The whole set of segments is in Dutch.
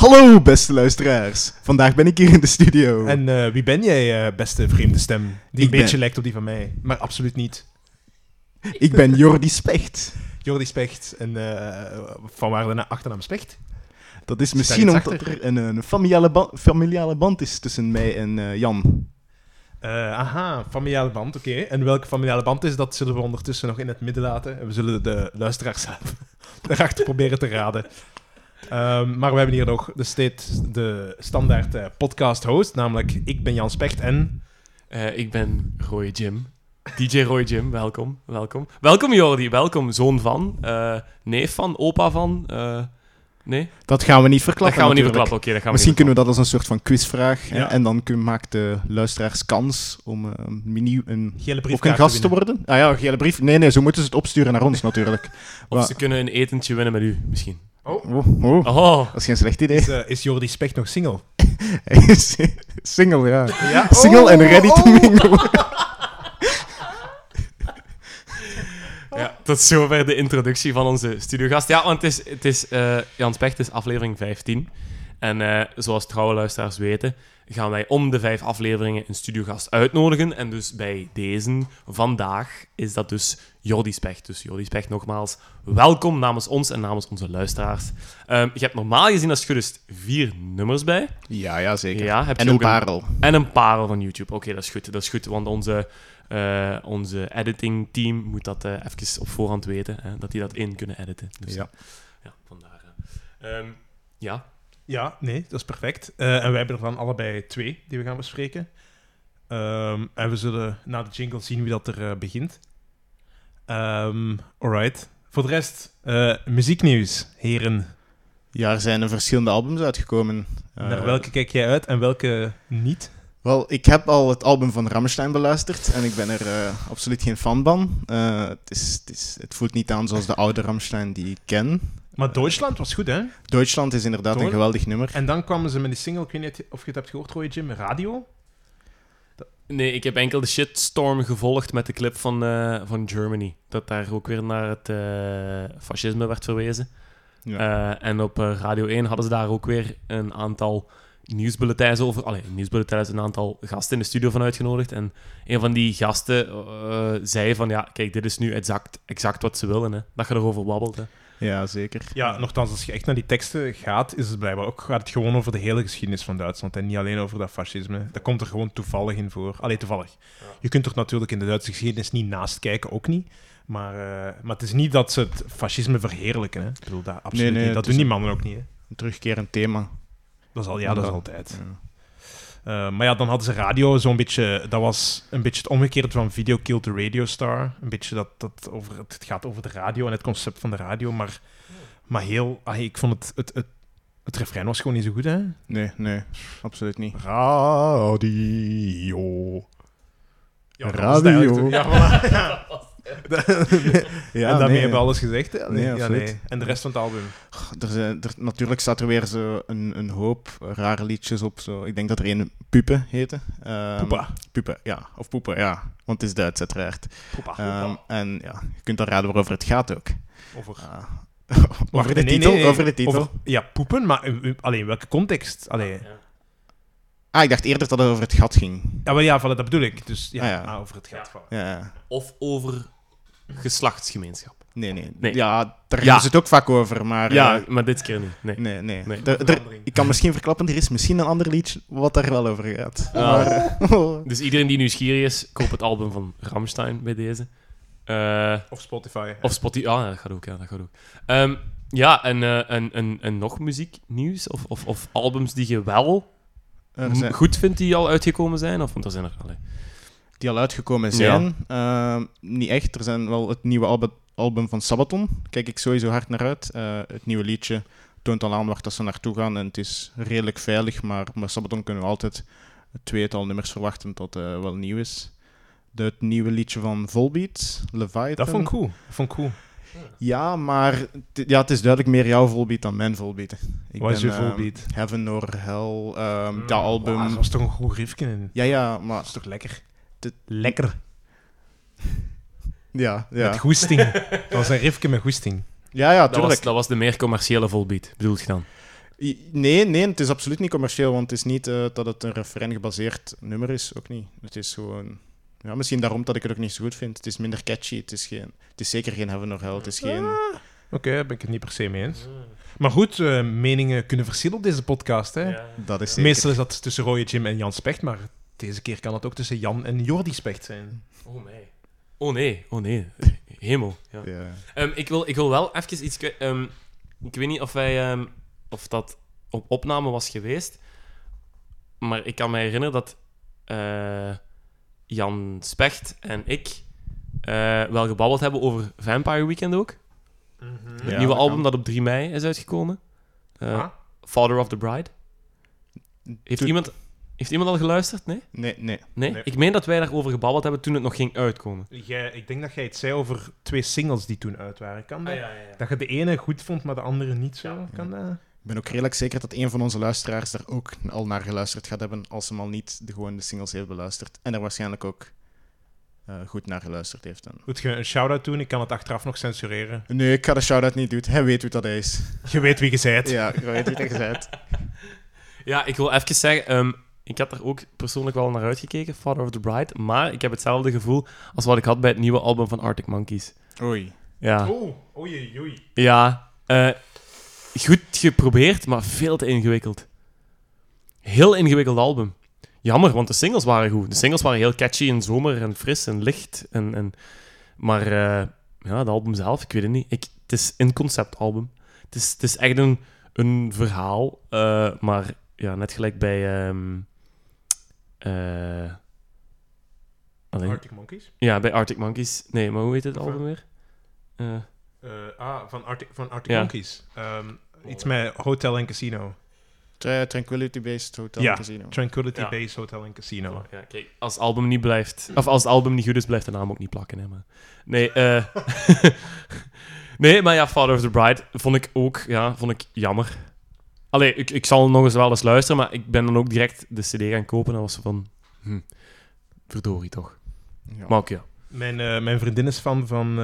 Hallo beste luisteraars, vandaag ben ik hier in de studio. En wie ben jij, beste vreemde stem? Die een beetje lijkt op die van mij, maar absoluut niet. Ik ben Jordi Specht. Jordi Specht. En van waar de achternaam Specht? Dat is misschien omdat er een familiale band is tussen mij en Jan. Familiale band, oké. En welke familiale band is dat, zullen we ondertussen nog in het midden laten. En we zullen de luisteraars zelf erachter proberen te raden. Maar we hebben hier nog de standaard podcast-host, namelijk ik ben Jan Specht en... Ik ben Roy Jim. DJ Roy Jim, welkom. Welkom Jordi, welkom. Zoon van, neef van, opa van... Nee? Dat gaan we niet verklappen. Dat gaan we niet verklappen, oké. Misschien kunnen we dat als een soort van quizvraag. Ja. En dan maakt de luisteraars kans om een Gele brief ook een gast te worden. Ah ja, gele brief. Nee, zo moeten ze het opsturen naar ons natuurlijk. Of ze kunnen een etentje winnen met u, misschien. Oh, dat is geen slecht idee. Is Jordi Specht nog single? Hij is single, ja. Ja? Single en ready to mingle. Ja, tot zover de introductie van onze studiogast. Ja, want het is Jan Specht is aflevering 15. En zoals trouwe luisteraars weten, gaan wij om de 5 afleveringen een studiogast uitnodigen. En dus bij deze, vandaag, is dat dus Jordi Specht. Dus Jordi Specht, nogmaals, welkom namens ons en namens onze luisteraars. Je hebt normaal gezien, als het goed is, 4 nummers bij. Ja, zeker. Ja, heb je en een ook parel. En een parel van YouTube. Oké, dat is goed, want onze editing team moet dat even op voorhand weten, hè, dat die dat in kunnen editen. Dus, Ja, vandaar. Ja. Ja, nee, dat is perfect. En wij hebben er dan allebei 2 die we gaan bespreken. En we zullen na de jingle zien wie dat er begint. Alright. Voor de rest, muzieknieuws, heren. Ja, er zijn verschillende albums uitgekomen. Naar welke kijk jij uit en welke niet? Wel, ik heb al het album van Rammstein beluisterd en ik ben er absoluut geen fan van. Het voelt niet aan zoals de oude Rammstein die ik ken. Maar Duitsland was goed, hè? Duitsland is inderdaad een geweldig nummer. En dan kwamen ze met die single, ik weet niet of je het hebt gehoord, Roy Jim, Radio. Nee, ik heb enkel de shitstorm gevolgd met de clip van Germany. Dat daar ook weer naar het fascisme werd verwezen. Ja. En op Radio 1 hadden ze daar ook weer een aantal nieuwsbulletins over. Nieuwsbulletins, een aantal gasten in de studio van uitgenodigd. En een van die gasten zei van, ja, kijk, dit is nu exact wat ze willen, hè. Dat je erover wabbelt, hè. Ja, zeker. Ja, nochtans, als je echt naar die teksten gaat, is het blijkbaar ook, gaat het gewoon over de hele geschiedenis van Duitsland en niet alleen over dat fascisme. Dat komt er gewoon toevallig in voor. Allee, toevallig. Ja. Je kunt er natuurlijk in de Duitse geschiedenis niet naast kijken, ook niet. Maar het is niet dat ze het fascisme verheerlijken, hè. Ik bedoel, dat absoluut niet. Dat doen die mannen ook niet, hè. Een terugkerend thema. Dat is altijd. Ja. Maar ja, dan hadden ze radio zo'n beetje... Dat was een beetje het omgekeerde van Video Killed the Radio Star. Een beetje dat over... Het gaat over de radio en het concept van de radio, maar heel... ik vond het refrein was gewoon niet zo goed, hè? Nee, absoluut niet. Radio. Ja, radio. Ja, en daarmee hebben we alles gezegd, hè? Nee. En de rest van het album? Natuurlijk staat er weer zo een hoop rare liedjes op. Zo. Ik denk dat er een Pupe heette. Pupe, ja. Of Poepen, ja. Want het is Duits, uiteraard. En ja, je kunt dan raden waarover het gaat ook. Over de titel. Ja, poepen, maar in welke context? Ik dacht eerder dat het over het gat ging. Ja, maar ja, dat bedoel ik. Dus over het gat. Ja. Of over geslachtsgemeenschap. Nee. Ja, daar hebben ze het ook vaak over, maar... Ja, maar dit keer niet. Nee. Ik kan misschien verklappen, er is misschien een ander liedje wat daar wel over gaat. Dus iedereen die nieuwsgierig is, koop het album van Rammstein bij deze. Of Spotify. Dat gaat ook. En nog muzieknieuws? Of albums die je wel goed vindt die al uitgekomen zijn? Want er zijn er... Die al uitgekomen zijn? Ja. Niet echt. Er zijn wel het nieuwe album van Sabaton. Kijk ik sowieso hard naar uit. Het nieuwe liedje toont al aan waar dat ze naartoe gaan. En het is redelijk veilig, maar met Sabaton kunnen we altijd het 2-tal nummers verwachten dat wel nieuw is. Het nieuwe liedje van Volbeat, Leviathan. Dat vond ik cool. Ja, maar het is duidelijk meer jouw Volbeat dan mijn Volbeat. Wat is je Volbeat? Heaven or Hell, dat album. Dat was toch een goed riffje in? Ja, maar... Dat is toch lekker? Lekker. Ja. Met goesting. Dat was een riffje met goesting. Ja, tuurlijk. Dat was de meer commerciële Volbeat, bedoel je dan? Nee, het is absoluut niet commercieel, want het is niet dat het een refrein gebaseerd nummer is, ook niet. Het is gewoon... Ja, misschien daarom dat ik het ook niet zo goed vind. Het is minder catchy, het is zeker geen Heaven or Hell, het is geen... Oké, daar ben ik het niet per se mee eens. Maar goed, meningen kunnen verschillen op deze podcast. Hè? Ja. Dat is zeker. Meestal is dat tussen Roye Jim en Jan Specht, maar deze keer kan het ook tussen Jan en Jordi Specht zijn. Oh nee. Hemel. Ja. Ja. Ik wil wel even iets... ik weet niet of dat op opname was geweest, maar ik kan me herinneren dat Jan Specht en ik wel gebabbeld hebben over Vampire Weekend ook. Het Ja, nieuwe dat album kan. dat op 3 mei is uitgekomen. Father of the Bride. Heeft iemand al geluisterd? Nee? Nee. Nee? Ik meen dat wij daarover gebabbeld hebben toen het nog ging uitkomen. Ik denk dat jij het zei over 2 singles die toen uit waren. Kan dat? Ja. Dat je de ene goed vond, maar de andere niet zo? Ja. Kan dat? Ik ben ook redelijk zeker dat een van onze luisteraars daar ook al naar geluisterd gaat hebben, als hem al niet gewoon de singles heeft beluisterd. En er waarschijnlijk ook goed naar geluisterd heeft. Moet je een shout-out doen? Ik kan het achteraf nog censureren. Nee, ik ga de shout-out niet doen. Hij weet wie dat is. Je weet wie je bent. Ja, ik weet wie dat je bent. Ja, ik wil even zeggen, ik had er ook persoonlijk wel naar uitgekeken, Father of the Bride, maar ik heb hetzelfde gevoel als wat ik had bij het nieuwe album van Arctic Monkeys. Oei. Ja. Oei. Ja, goed geprobeerd, maar veel te ingewikkeld. Heel ingewikkeld album. Jammer, want de singles waren goed. De singles waren heel catchy en zomer en fris en licht. Maar ja, het album zelf, ik weet het niet. Het is een conceptalbum. Het is echt een verhaal, maar ja, net gelijk bij... Arctic Monkeys? Ja, bij Arctic Monkeys. Nee, maar hoe heet het album weer? Van Arctic Ja. Monkeys. Iets met Hotel en Casino. Tranquility-based Hotel Ja. Casino. Tranquility Ja. Base Hotel en Casino. Ja, kijk, als het album niet blijft... Of als het album niet goed is, blijft de naam ook niet plakken. Hè, maar. Nee, nee, maar ja, Father of the Bride vond ik jammer. Allee, ik zal nog eens wel eens luisteren, maar ik ben dan ook direct de cd gaan kopen. En was zo van... verdorie toch. Ja. Maar ook ja. Mijn vriendin is fan van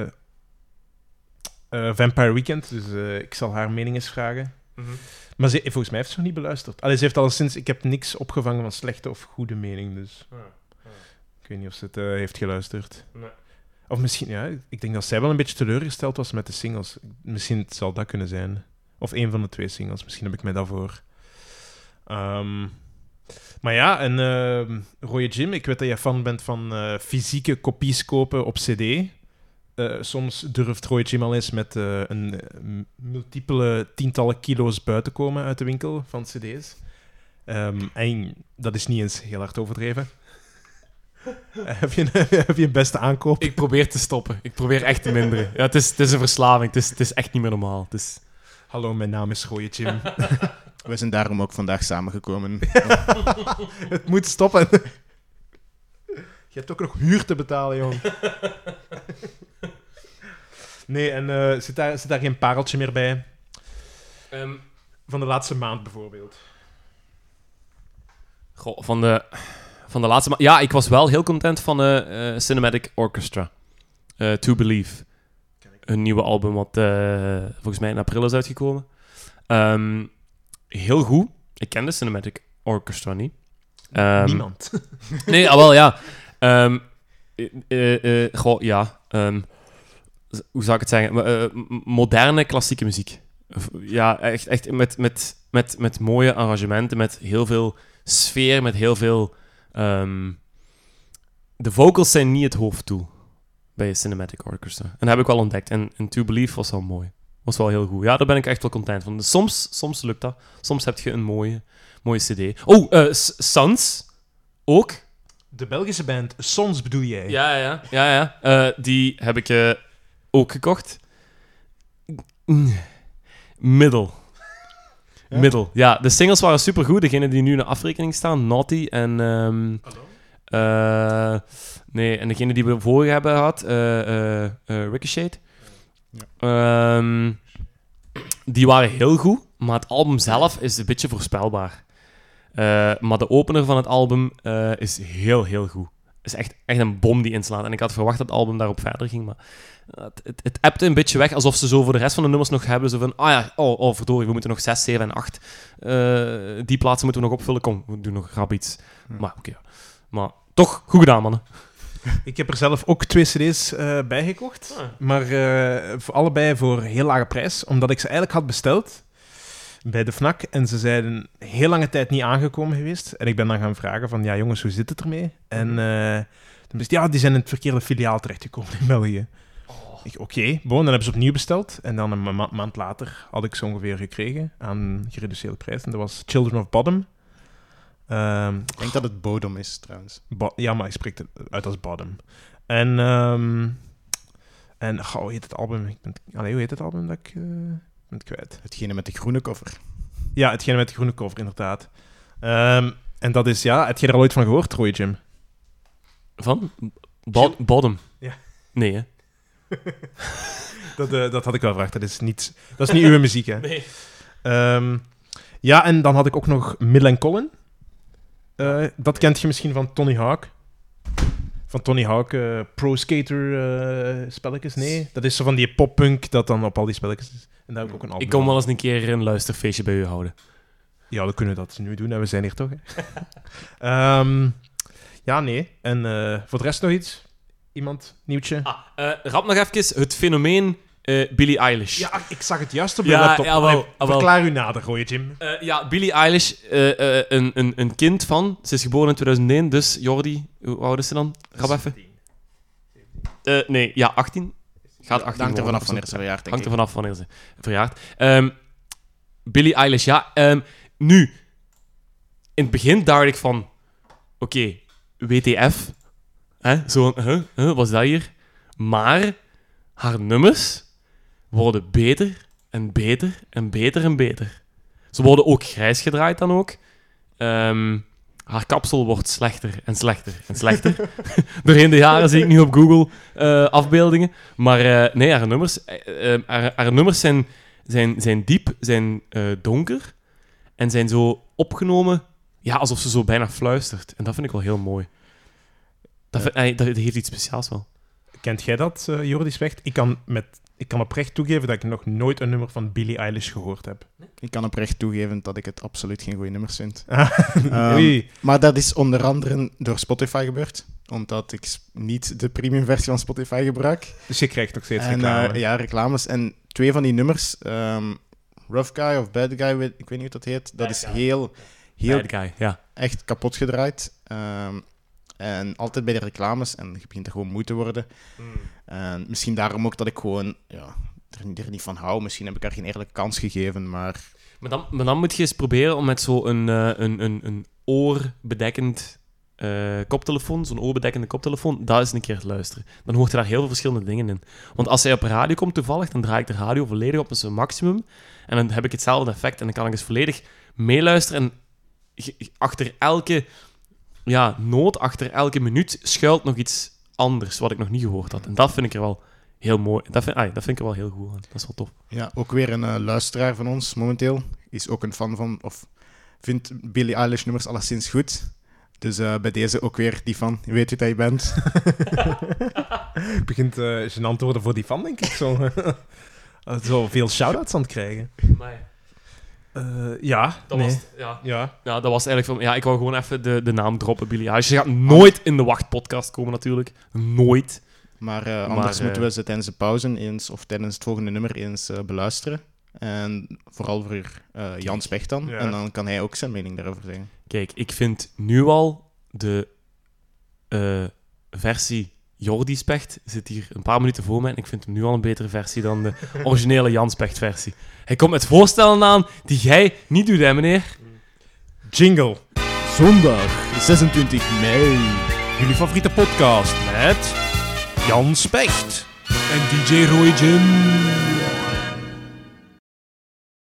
Vampire Weekend, dus ik zal haar mening eens vragen. Maar volgens mij heeft ze nog niet beluisterd. Allee, ze heeft al sinds... Ik heb niks opgevangen van slechte of goede mening, dus... Ik weet niet of ze het heeft geluisterd. Nee. Of misschien, ja, ik denk dat zij wel een beetje teleurgesteld was met de singles. Misschien zal dat kunnen zijn. Of een van de 2 singles. Misschien heb ik mij daarvoor. Maar ja, en Roye Jim, ik weet dat jij fan bent van fysieke kopies kopen op CD. Soms durft Roye Jim al eens met een multiple tientallen kilo's buiten komen uit de winkel van CD's. En dat is niet eens heel hard overdreven. Heb je een beste aankoop? Ik probeer te stoppen. Ik probeer echt te minderen. Ja, het is een verslaving. Het is echt niet meer normaal. Hallo, mijn naam is Roye Jim. We zijn daarom ook vandaag samengekomen. Het moet stoppen. Je hebt ook nog huur te betalen, jong. Nee, en zit daar geen pareltje meer bij? Van de laatste maand bijvoorbeeld. Goh, van de laatste... Ja, ik was wel heel content van Cinematic Orchestra. To Believe. Een nieuwe album wat volgens mij in april is uitgekomen. Heel goed. Ik ken de Cinematic Orchestra niet. Niemand. Nee, wel ja. Goh, ja. Hoe zou ik het zeggen? Moderne klassieke muziek. Ja, echt met mooie arrangementen, met heel veel sfeer, met heel veel... de vocals zijn niet het hoofddoel bij Cinematic Orchestra. En dat heb ik wel ontdekt. En To Believe was wel mooi. Was wel heel goed. Ja, daar ben ik echt wel content van. Soms lukt dat. Soms heb je een mooie cd. Oh, Sons. Ook. De Belgische band Sons bedoel jij? Ja. Die heb ik ook gekocht. Middel. Ja? Middel. Ja, de singles waren supergoed. Degene die nu in de afrekening staan, Naughty en... nee, en degene die we vorige hebben gehad, Ricochet. Ja. Die waren heel goed, maar het album zelf is een beetje voorspelbaar. Maar de opener van het album is heel, heel goed. is echt een bom die inslaat. En ik had verwacht dat het album daarop verder ging, maar het appte een beetje weg, alsof ze zo voor de rest van de nummers nog hebben, zo van, verdorie, we moeten nog 6, 7 en 8. Die plaatsen moeten we nog opvullen. Kom, we doen nog grap iets. Maar oké. Maar toch, goed gedaan, mannen. Ik heb er zelf ook 2 cd's bij gekocht. Maar voor allebei voor heel lage prijs. Omdat ik ze eigenlijk had besteld bij de Fnac. En ze zeiden heel lange tijd niet aangekomen geweest. En ik ben dan gaan vragen van, ja jongens, hoe zit het ermee? En dan ja, die zijn in het verkeerde filiaal terechtgekomen in België. Oké, dan hebben ze opnieuw besteld. En dan een maand later had ik ze ongeveer gekregen aan gereduceerde prijs. En dat was Children of Bodom. Ik denk dat het Bodom is, trouwens. Ja, maar ik spreek het uit als Bodom. En hoe heet het album? Hoe heet het album dat ik ben het kwijt? Hetgene met de groene cover. Ja, hetgene met de groene cover, inderdaad. En dat is, heb je er al ooit van gehoord, Roy Jim? Van? Bodom? Ja. Nee, hè? Dat had ik wel gevraagd. Dat is niet uw muziek, hè? Nee. Ja, en dan had ik ook nog Mill & Collin. Dat kent je misschien van Tony Hawk. Van Tony Hawk, Pro Skater spelletjes. Nee, dat is zo van die poppunk dat dan op al die spelletjes is. En daar heb ik ook een album. Ik kom wel eens een keer een luisterfeestje bij u houden. Ja, dan kunnen we dat nu doen. En we zijn hier toch, hè? Ja, nee. En voor de rest nog iets? Iemand? Nieuwtje? Rap nog even het fenomeen Billie Eilish. Ja, ik zag het juist op de laptop. Jawel. Verklaar u nader, Roy Jim. Billie Eilish, een kind van... Ze is geboren in 2001, dus Jordi, hoe oud is ze dan? Rap even. 18. Gaat 18 Hangt er vanaf worden, wanneer ze verjaart, denk Hangt er ik. vanaf wanneer ze verjaart. Billie Eilish, nu, in het begin dacht ik van... Oké, WTF. Wat is dat hier? Maar haar nummers worden beter en beter en beter en beter. Ze worden ook grijs gedraaid dan ook. Haar kapsel wordt slechter en slechter en slechter. Doorheen de jaren zie ik nu op Google afbeeldingen. Maar nee, haar nummers zijn diep, zijn donker en zijn zo opgenomen, ja, alsof ze zo bijna fluistert. En dat vind ik wel heel mooi. Dat heeft iets speciaals wel. Kent jij dat, Jordi Specht? Ik kan oprecht toegeven dat ik nog nooit een nummer van Billie Eilish gehoord heb. Ik kan oprecht toegeven dat ik het absoluut geen goede nummers vind. Oei. Maar dat is onder andere door Spotify gebeurd. Omdat ik niet de premium versie van Spotify gebruik. Dus je krijgt nog steeds En, reclame. ja, reclames. En 2 van die nummers, Rough Guy of Bad Guy, ik weet niet hoe dat heet, dat is heel Bad guy, ja. echt kapot gedraaid. En altijd bij de reclames. En je begint er gewoon moe te worden. En misschien daarom ook dat ik gewoon er niet van hou. Misschien heb ik haar geen eerlijke kans gegeven, maar... Maar dan moet je eens proberen om met zo'n oorbedekkend koptelefoon, zo'n oorbedekkende koptelefoon, dat eens een keer te luisteren. Dan hoort je daar heel veel verschillende dingen in. Want als zij op radio komt toevallig, dan draai ik de radio volledig op zijn maximum. En dan heb ik hetzelfde effect. En dan kan ik eens volledig meeluisteren. En achter elke noot, achter elke minuut schuilt nog iets anders wat ik nog niet gehoord had. En dat vind ik er wel heel mooi. Dat vind ik er wel heel goed aan. Dat is wel tof. Ja, ook weer een luisteraar van ons momenteel. Is ook een fan van, of vindt Billie Eilish nummers alleszins goed. Dus bij deze ook weer die fan. Je weet wie dat je bent. Het begint gênant te worden voor die fan, denk ik. Zo veel shout-outs aan het krijgen. Ja, Dat nee. was, Ja. dat was eigenlijk van... Ja, ik wou gewoon even de naam droppen, Billie Eilish. Ze gaat nooit in de Wacht-podcast komen, natuurlijk. Nooit. Maar anders moeten we ze tijdens de pauze eens, of tijdens het volgende nummer eens beluisteren. En vooral voor Jan Specht dan. Ja. En dan kan hij ook zijn mening daarover zeggen. Kijk, ik vind nu al de versie Jordi Specht zit hier een paar minuten voor mij en ik vind hem nu al een betere versie dan de originele Jan Specht versie. Hij komt met voorstellen aan die jij niet doet, hè, meneer? Jingle. Zondag 26 mei. Jullie favoriete podcast met Jan Specht. En DJ Roy Jim.